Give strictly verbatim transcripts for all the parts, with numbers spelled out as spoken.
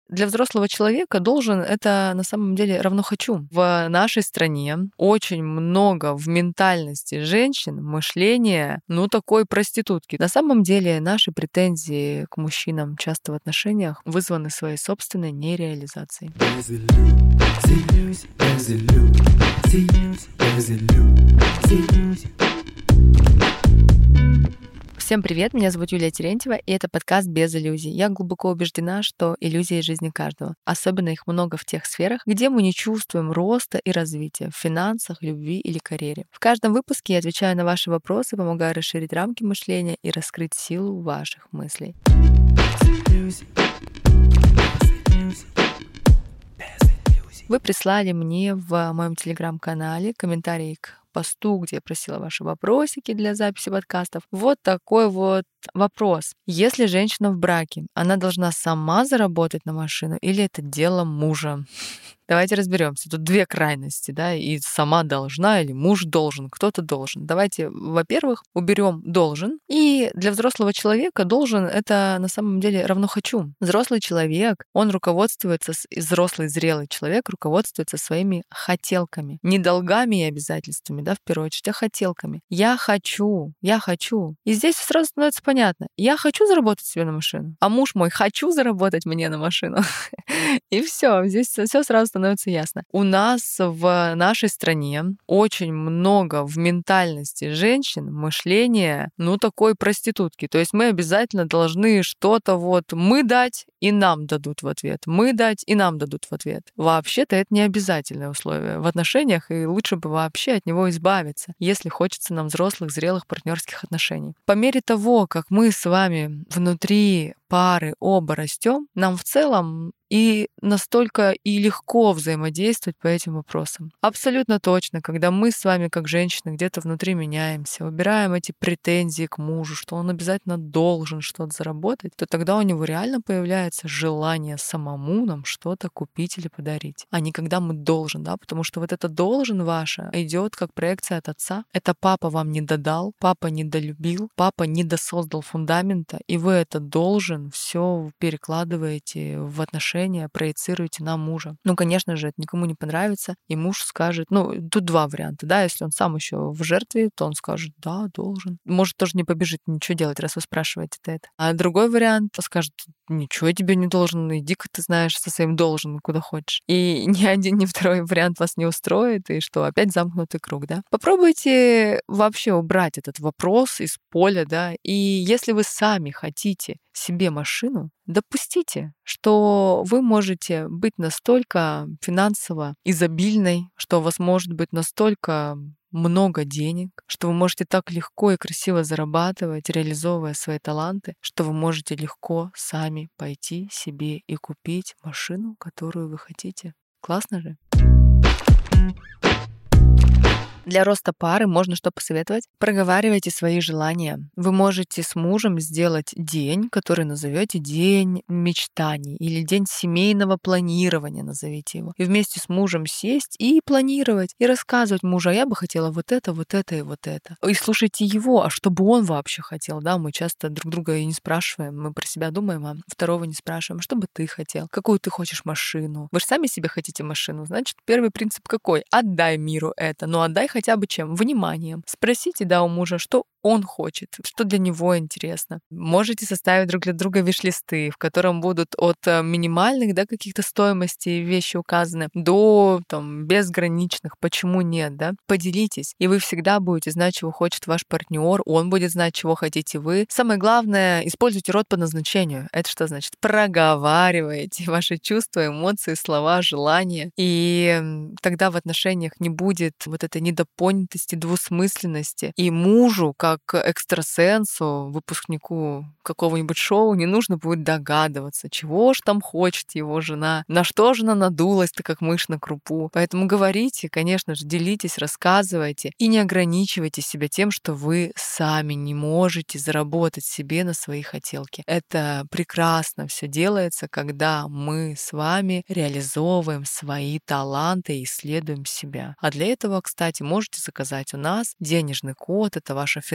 для взрослого человека должен — это на самом деле равно хочу. В нашей стране очень много в ментальности женщин мышления, ну, такой проститутки. На самом деле наши претензии к мужчинам часто в отношениях вызваны своей собственной нереализацией. Всем привет, меня зовут Юлия Терентьева, и это подкаст «Без иллюзий». Я глубоко убеждена, что иллюзии — жизни каждого. Особенно их много в тех сферах, где мы не чувствуем роста и развития — в финансах, любви или карьере. В каждом выпуске я отвечаю на ваши вопросы, помогаю расширить рамки мышления и раскрыть силу ваших мыслей. Вы прислали мне в моем телеграм-канале комментарий к посту, где я просила ваши вопросики для записи подкастов. Вот такой вот вопрос. Если женщина в браке, она должна сама заработать на машину или это дело мужа? Давайте разберемся. Тут две крайности, да, и сама должна или муж должен, кто-то должен. Давайте, во-первых, уберем должен. И для взрослого человека должен — это на самом деле равно хочу. Взрослый человек, он руководствуется, взрослый зрелый человек руководствуется своими хотелками. Не долгами и обязательствами, да, в первую очередь, а хотелками. Я хочу, я хочу. И здесь сразу становится понятно. Я хочу заработать себе на машину, а муж мой хочу заработать мне на машину. И все, здесь все сразу становится ясно. У нас в нашей стране очень много в ментальности женщин мышления, ну, такой проститутки. То есть мы обязательно должны что-то вот мы дать, и нам дадут в ответ. Мы дать, и нам дадут в ответ. Вообще-то это не обязательное условие в отношениях, и лучше бы вообще от него избавиться, если хочется нам взрослых, зрелых партнерских отношений. По мере того, как мы с вами внутри пары оба растем, нам в целом и настолько и легко взаимодействовать по этим вопросам. Абсолютно точно, когда мы с вами, как женщины, где-то внутри меняемся, убираем эти претензии к мужу, что он обязательно должен что-то заработать, то тогда у него реально появляется желание самому нам что-то купить или подарить, а не когда мы должен, да, потому что вот это должен ваше идет как проекция от отца. Это папа вам не додал, папа не долюбил, папа не досоздал фундамента, и вы это должен все перекладываете в отношения, проецируете на мужа. Ну, конечно же, это никому не понравится, и муж скажет, ну, тут два варианта, да, если он сам еще в жертве, то он скажет, да, должен. Может, тоже не побежит ничего делать, раз вы спрашиваете это. А другой вариант скажет, ничего я тебе не должен, иди-ка ты знаешь со своим должен куда хочешь. И ни один, ни второй вариант вас не устроит, и что, опять замкнутый круг, да? Попробуйте вообще убрать этот вопрос из поля, да, и если вы сами хотите себе машину, допустите, что вы можете быть настолько финансово изобильной, что у вас может быть настолько много денег, что вы можете так легко и красиво зарабатывать, реализовывая свои таланты, что вы можете легко сами пойти себе и купить машину, которую вы хотите. Классно же? Для роста пары можно что посоветовать? Проговаривайте свои желания. Вы можете с мужем сделать день, который назовете день мечтаний или день семейного планирования, назовите его. И вместе с мужем сесть и планировать, и рассказывать мужу, а я бы хотела вот это, вот это и вот это. И слушайте его, а что бы он вообще хотел, да? Мы часто друг друга и не спрашиваем, мы про себя думаем, а второго не спрашиваем, что бы ты хотел, какую ты хочешь машину. Вы же сами себе хотите машину, значит, первый принцип какой? Отдай миру это, но отдай хотя бы чем? Вниманием. Спросите, да, у мужа, что он хочет, что для него интересно. Можете составить друг для друга виш-листы, в котором будут от минимальных, да, каких-то стоимостей вещи указаны до там безграничных. Почему нет, да? Поделитесь, и вы всегда будете знать, чего хочет ваш партнер, он будет знать, чего хотите вы. Самое главное, используйте род по назначению. Это что значит? Проговаривайте ваши чувства, эмоции, слова, желания, и тогда в отношениях не будет вот этой недопонятости, двусмысленности, и мужу, как как экстрасенсу, выпускнику какого-нибудь шоу, не нужно будет догадываться, чего ж там хочет его жена, на что же она надулась-то, как мышь на крупу. Поэтому говорите, конечно же, делитесь, рассказывайте и не ограничивайте себя тем, что вы сами не можете заработать себе на свои хотелки. Это прекрасно все делается, когда мы с вами реализовываем свои таланты и исследуем себя. А для этого, кстати, можете заказать у нас денежный код, это ваша финансовая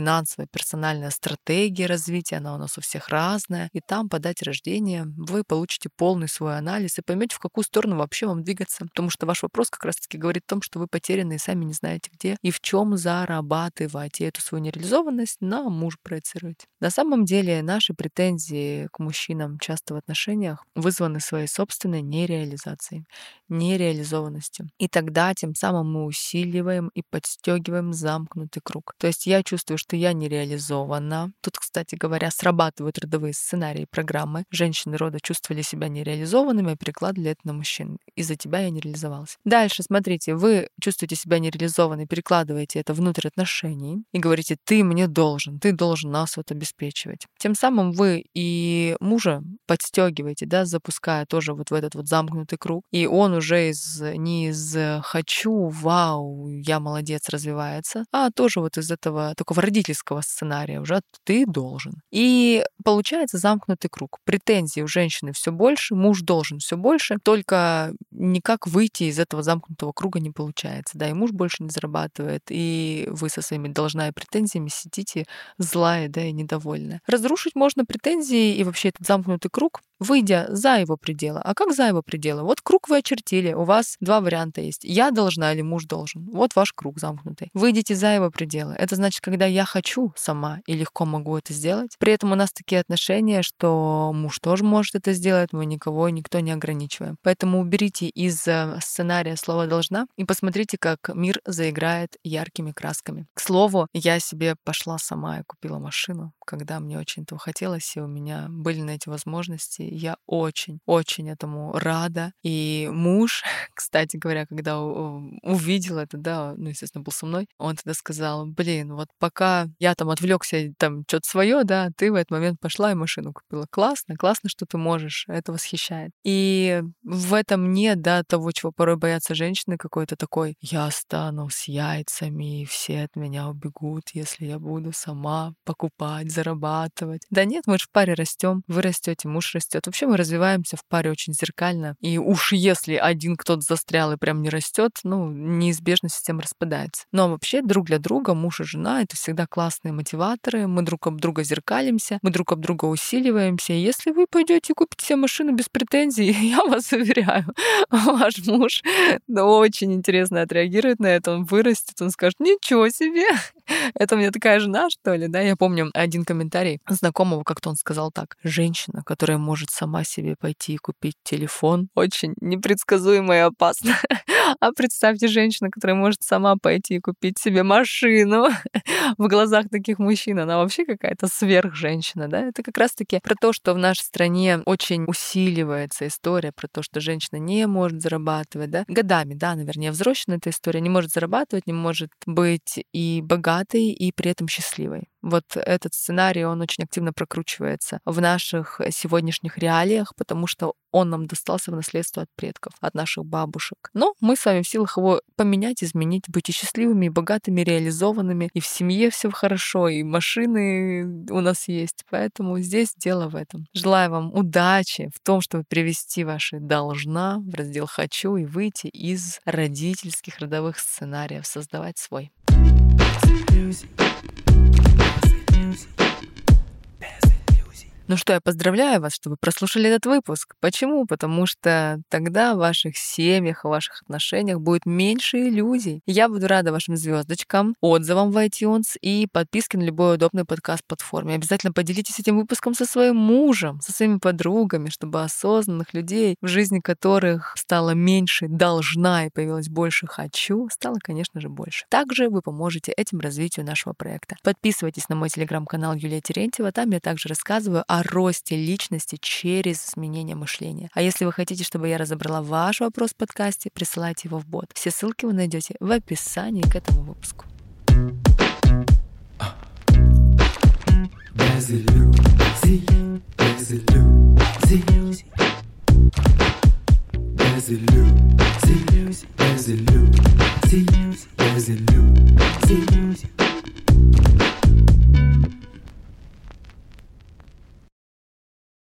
финансовая персональная стратегия развития, она у нас у всех разная. И там по дате рождения вы получите полный свой анализ и поймете, в какую сторону вообще вам двигаться. Потому что ваш вопрос как раз-таки говорит о том, что вы потеряны и сами не знаете, где и в чем зарабатывать. И эту свою нереализованность на мужа проецируете. На самом деле наши претензии к мужчинам часто в отношениях вызваны своей собственной нереализацией, нереализованностью. И тогда тем самым мы усиливаем и подстегиваем замкнутый круг. То есть я чувствую, что я нереализована. Тут, кстати говоря, срабатывают родовые сценарии программы. Женщины рода чувствовали себя нереализованными, а перекладывали это на мужчин. Из-за тебя я не реализовалась. Дальше, смотрите, вы чувствуете себя нереализованной, перекладываете это внутрь отношений и говорите: ты мне должен, ты должен нас вот обеспечивать. Тем самым вы и мужа подстегиваете, да, запуская тоже вот в этот вот замкнутый круг. И он уже из, не из «хочу», «вау», «я молодец» развивается, а тоже вот из этого такого родительского сценария уже «ты должен». И получается замкнутый круг. Претензий у женщины все больше, муж должен все больше, только никак выйти из этого замкнутого круга не получается. Да, и муж больше не зарабатывает, и вы со своими должна и претензиями сидите злая, да, и недовольная. Разрушить можно претензии и вообще этот замкнутый круг, выйдя за его пределы. А как за его пределы? Вот круг вы очертили, у вас два варианта есть. Я должна или муж должен. Вот ваш круг замкнутый. Выйдите за его пределы. Это значит, когда я хочу сама и легко могу это сделать. При этом у нас такие отношения, что муж тоже может это сделать, мы никого и никто не ограничиваем. Поэтому уберите из сценария слово «должна» и посмотрите, как мир заиграет яркими красками. К слову, я себе пошла сама и купила машину, когда мне очень этого хотелось, и у меня были на эти возможности. Я очень-очень этому рада. И муж, кстати говоря, когда увидел это, да, ну, естественно, был со мной, он тогда сказал: блин, вот пока я там отвлекся, там что-то свое, да, ты в этот момент пошла и машину купила. Классно, классно, что ты можешь. Это восхищает. И в этом нет, да, того, чего порой боятся женщины, какой-то такой: я стану с яйцами, и все от меня убегут, если я буду сама покупать, зарабатывать. Да нет, мы же в паре растем, вы растете, муж растет. Вообще мы развиваемся в паре очень зеркально. И уж если один кто-то застрял и прям не растет, ну, неизбежно система распадается. Но вообще друг для друга, муж и жена — это всегда классные мотиваторы. Мы друг об друга зеркалимся, мы друг об друга усиливаемся. И если вы пойдете и купите себе машину без претензий, я вас уверяю, ваш муж да, очень интересно отреагирует на это. Он вырастет, он скажет: ничего себе, это у меня такая жена, что ли, да? Я помню один комментарий знакомого, как-то он сказал так: женщина, которая может сама себе пойти и купить телефон, очень непредсказуемо и опасно. А представьте женщину, которая может сама пойти и купить себе машину. В глазах таких мужчин она вообще какая-то сверхженщина, да? Это как раз-таки про то, что в нашей стране очень усиливается история про то, что женщина не может зарабатывать, да? Годами, да, наверное, взросшена эта история, не может зарабатывать, не может быть и богатой, и при этом счастливой. Вот этот сценарий, он очень активно прокручивается в наших сегодняшних реалиях, потому что он нам достался в наследство от предков, от наших бабушек. Но мы с вами в силах его поменять, изменить, быть и счастливыми, и богатыми, и реализованными, и в семье все хорошо, и машины у нас есть. Поэтому здесь дело в этом. Желаю вам удачи в том, чтобы привести ваши «должна» в раздел «хочу» и выйти из родительских родовых сценариев, создавать свой. Ну что, я поздравляю вас, что вы прослушали этот выпуск. Почему? Потому что тогда в ваших семьях, в ваших отношениях будет меньше иллюзий. Я буду рада вашим звездочкам, отзывам в iTunes и подписке на любой удобный подкаст-платформе. Обязательно поделитесь этим выпуском со своим мужем, со своими подругами, чтобы осознанных людей, в жизни которых стало меньше «должна» и появилось больше «хочу», стало, конечно же, больше. Также вы поможете этим развитию нашего проекта. Подписывайтесь на мой телеграм-канал Юлия Терентьева. Там я также рассказываю о росте личности через изменение мышления. А если вы хотите, чтобы я разобрала ваш вопрос в подкасте, присылайте его в бот. Все ссылки вы найдете в описании к этому выпуску. Без иллюзий, без иллюзий, без иллюзий, без иллюзий, без иллюзий.